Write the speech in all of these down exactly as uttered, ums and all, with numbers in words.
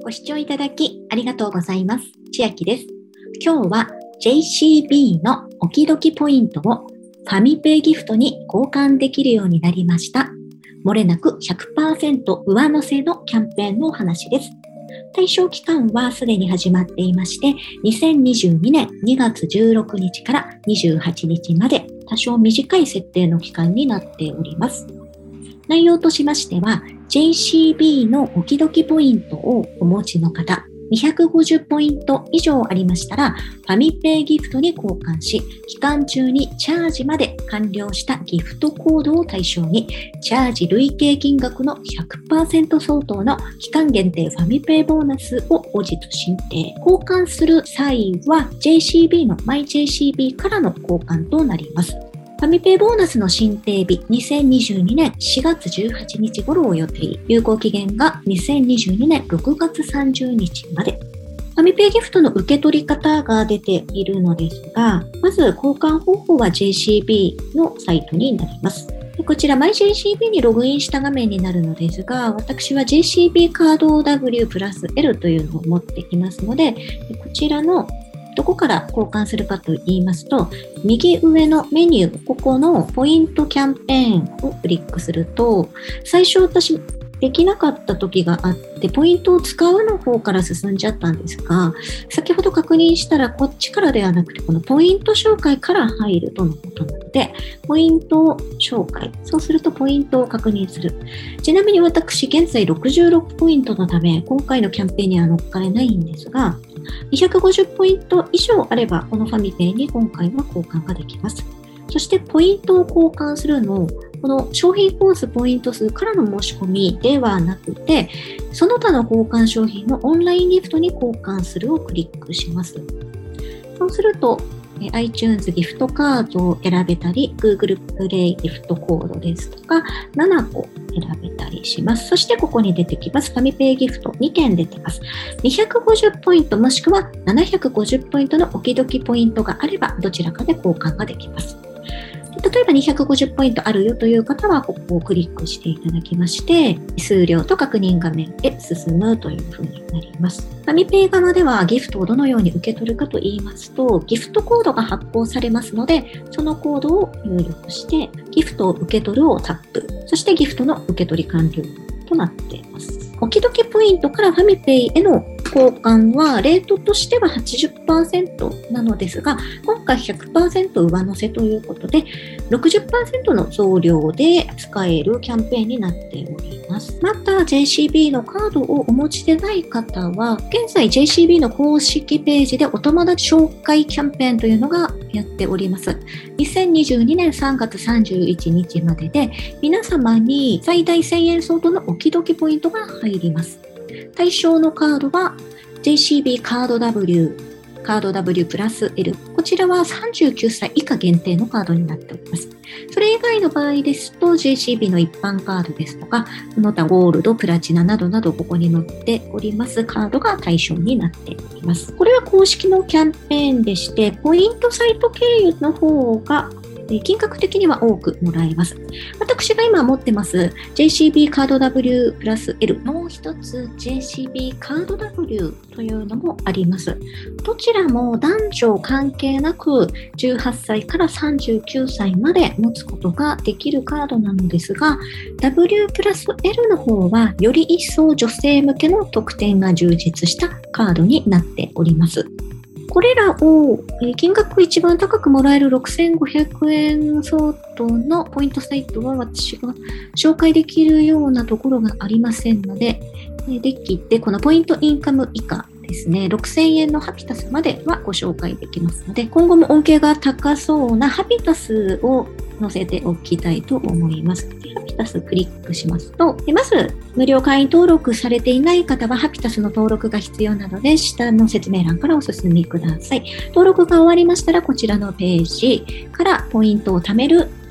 ご視聴いただきありがとうございます。千秋です。今日は ジェイシービー のおきどきポイントをファミペイギフトに交換できるようになりました。漏れなく ひゃくパーセント 上乗せのキャンペーンのお話です。対象期間はすでに始まっていまして、にせんにじゅうにねんにがつじゅうろくにちからにじゅうはちにちまで多少短い設定の期間になっております。内容としましては、ジェイシービー のおきどきポイントをお持ちの方、にひゃくごじゅうポイント以上ありましたら、ファミペイギフトに交換し、期間中にチャージまで完了したギフトコードを対象に、チャージ累計金額の ひゃくパーセント 相当の期間限定ファミペイボーナスを後日申請。交換する際は、ジェイシービー の マイジェイシービー からの交換となります。ファミペイボーナスの申請日、にせんにじゅうにねんしがつじゅうはちにち頃を予定。有効期限がにせんにじゅうにねんろくがつさんじゅうにちまで。ファミペイギフトの受け取り方が出ているのですが、まず交換方法は ジェイシービー のサイトになります。こちら マイジェイシービー にログインした画面になるのですが、私は ジェイシービー カード ダブリュー プラス エル というのを持っていますので、こちらのどこから交換するかと言いますと、右上のメニュー、ここのポイントキャンペーンをクリックすると、最初私できなかった時があって、ポイントを使うの方から進んじゃったんですが、先ほど確認したらこっちからではなくて、このポイント紹介から入るとのことなので、ポイント紹介、そうするとポイントを確認する。ちなみに私、現在ろくじゅうろくポイントのため、今回のキャンペーンには乗っかれないんですが、にひゃくごじゅうポイント以上あれば、このファミペイに今回は交換ができます。そして、ポイントを交換するのを、この商品コースポイント数からの申し込みではなくて、その他の交換商品のオンラインギフトに交換するをクリックします。そうすると、iTunes ギフトカードを選べたり、Google プレイギフトコードですとか、ななこ選べたりします。そしてここに出てきます。ファミペイギフトにけん出てます。にひゃくごじゅうポイントもしくはななひゃくごじゅうポイントのおきどきポイントがあれば、どちらかで交換ができます。例えばにひゃくごじゅうポイントあるよという方は、ここをクリックしていただきまして、数量と確認画面へ進むというふうになります。ファミペイ側ではギフトをどのように受け取るかと言いますと、ギフトコードが発行されますので、そのコードを入力して、ギフトを受け取るをタップ、そしてギフトの受け取り完了となっています。おきどきポイントからファミペイへの交換はレートとしては はちじゅっパーセント なのですが、今回 ひゃくパーセント 上乗せということで ろくじゅっパーセント の増量で使えるキャンペーンになっております。また ジェイシービー のカードをお持ちでない方は、現在 ジェイシービー の公式ページでお友達紹介キャンペーンというのがやっております。にせんにじゅうにねんさんがつさんじゅういちにちまでで、皆様に最大せんえん相当のおきどきポイントが入ります。対象のカードは ジェイシービー カード ダブリュー、カード ダブリュー プラス エル。こちらはさんじゅうきゅうさい以下限定のカードになっております。それ以外の場合ですと ジェイシービー の一般カードですとか、その他ゴールド、プラチナなどなどここに載っておりますカードが対象になっております。これは公式のキャンペーンでして、ポイントサイト経由の方が金額的には多くもらえます。私が今持ってます ジェイシービー カード ダブリュー プラス エル、もう一つ ジェイシービー カード ダブリュー というのもあります。どちらも男女関係なくじゅうはっさいからさんじゅうきゅうさいまで持つことができるカードなのですが、 ダブリュー プラス エル の方はより一層女性向けの特典が充実したカードになっております。これらを金額一番高くもらえるろくせんごひゃくえん相当のポイントサイトは私が紹介できるようなところがありませんので、できてこのポイントインカム以下ですね、ろくせんえんのハピタスまではご紹介できますので、今後も恩恵が高そうなハピタスを載せておきたいと思います。ハピタスクリックしますと、まず無料会員登録されていない方はハピタスの登録が必要なので、下の説明欄からお進みください。登録が終わりましたら、こちらのページからポイントを貯める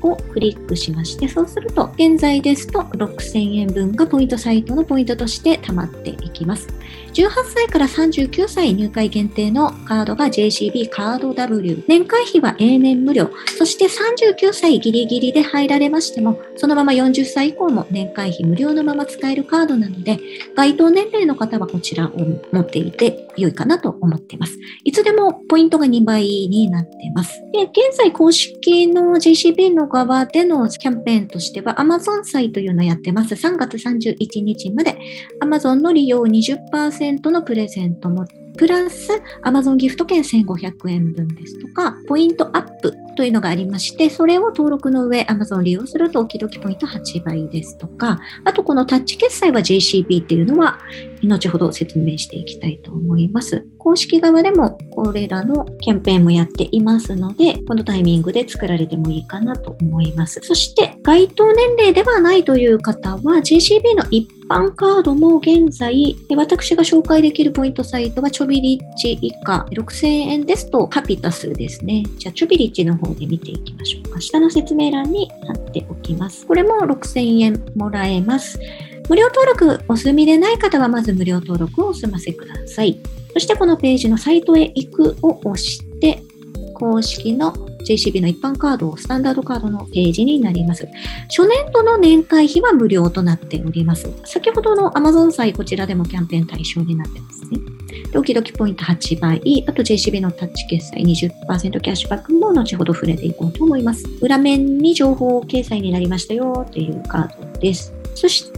をクリックしまして、そうすると現在ですとろくせんえんぶんがポイントサイトのポイントとして貯まっていきます。じゅうはっさいからさんじゅうきゅうさい入会限定のカードが ジェイシービー カード ダブリュー。年会費は永年無料。そしてさんじゅうきゅうさいギリギリで入られましても、そのままよんじゅっさい以降も年会費無料のまま使えるカードなので、該当年齢の方はこちらを持っていて良いかなと思っています。いつでもポイントがにばいになっています。で、現在公式の ジェイシービー の側でのキャンペーンとしては Amazon 祭というのをやってます。さんがつさんじゅういちにちまで Amazon の利用 にじゅっパーセント のプレゼントもプラス Amazon ギフト券せんごひゃくえんぶんですとか、ポイントアップというのがありまして、それを登録の上 Amazon を利用するとおきどきポイントはちばいですとか、あとこのタッチ決済は ジェイシービー っていうのは後ほど説明していきたいと思います。公式側でもこれらのキャンペーンもやっていますので、このタイミングで作られてもいいかなと思います。そして該当年齢ではないという方は ジェイシービー の一般カードも現在、私が紹介できるポイントサイトはチョビリッチ以下ろくせんえんですとカピタスですね。じゃあチョビリッチの方で見ていきましょうか。下の説明欄に貼っておきます。これもろくせんえんもらえます。無料登録お済みでない方はまず無料登録をお済ませください。そしてこのページのサイトへ行くを押して公式の ジェイシービー の一般カード、スタンダードカードのページになります。初年度の年会費は無料となっております。先ほどの Amazon 祭、こちらでもキャンペーン対象になってますね。で、おきどきポイントはちばい、あと ジェイシービー のタッチ決済 にじゅっパーセント キャッシュバックも後ほど触れていこうと思います。裏面に情報掲載になりましたよというカードです。そして、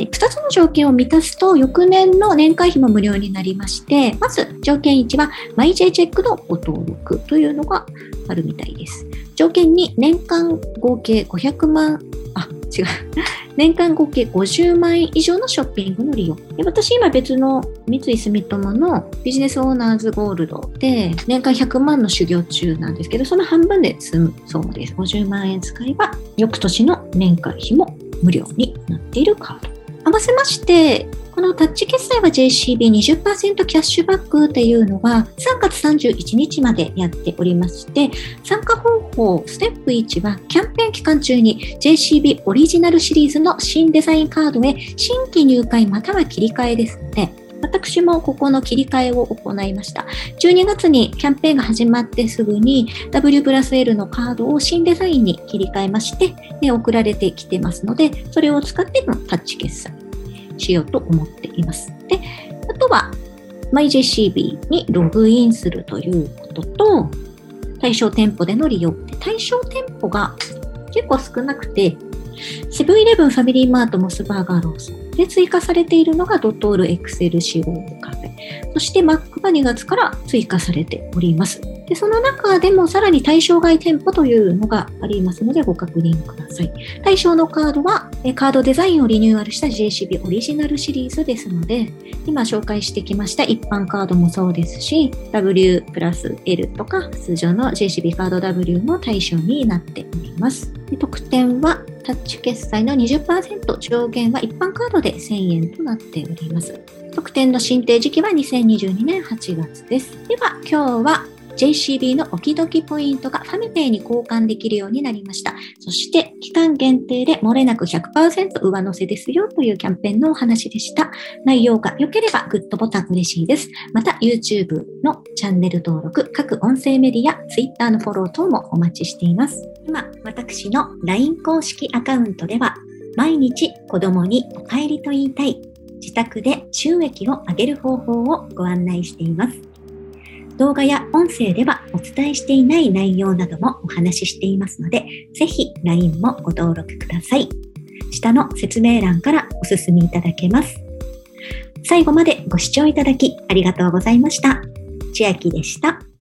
ふたつの条件を満たすと、翌年の年会費も無料になりまして、まず条件いちは マイジェイチェック のご登録というのがあるみたいです。条件に年間合計ごひゃくまん、あ、違う。年間合計ごじゅうまんえん以上のショッピングの利用。で、私今別の三井住友のビジネスオーナーズゴールドで年間ひゃくまんの修行中なんですけど、その半分で済むそうです。ごじゅうまんえん使えば翌年の年会費も無料になっているカード。合わせまして、このタッチ決済は ジェイシービーにじゅっパーセント キャッシュバックっていうのはさんがつさんじゅういちにちまでやっておりまして、参加方法ステップいちはキャンペーン期間中に ジェイシービー オリジナルシリーズの新デザインカードへ新規入会または切り替えですので、私もここの切り替えを行いました。じゅうにがつにキャンペーンが始まってすぐに ダブリュー プラス エル のカードを新デザインに切り替えまして、で送られてきてますので、それを使ってのタッチ決済しようと思っています。で、あとは マイジェイシービー にログインするということと、対象店舗での利用。対象店舗が結構少なくて、セブンイレブン、ファミリーマート、モスバーガー、ローソンで追加されているのがドトールエクセルシオーカフェ。そしてマックがにがつから追加されております。で、その中でもさらに対象外店舗というのがありますのでご確認ください。対象のカードはカードデザインをリニューアルした ジェイシービー オリジナルシリーズですので、今紹介してきました一般カードもそうですし、ダブリュー プラス エル とか通常の ジェイシービー カード ダブリュー も対象になっております。で、特典はタッチ決済の にじゅっパーセント、上限は一般カードでせんえんとなっております。特典の申請時期はにせんにじゅうにねんはちがつです。では今日はジェイシービー のおきどきポイントがファミペイに交換できるようになりました。そして期間限定で漏れなく ひゃくパーセント 上乗せですよというキャンペーンのお話でした。内容が良ければグッドボタン嬉しいです。また YouTube のチャンネル登録、各音声メディア、Twitter のフォロー等もお待ちしています。今、私の ライン 公式アカウントでは毎日子供にお帰りと言いたい、自宅で収益を上げる方法をご案内しています。動画や音声ではお伝えしていない内容などもお話ししていますので、ぜひ ライン もご登録ください。下の説明欄からお進みいただけます。最後までご視聴いただきありがとうございました。千秋でした。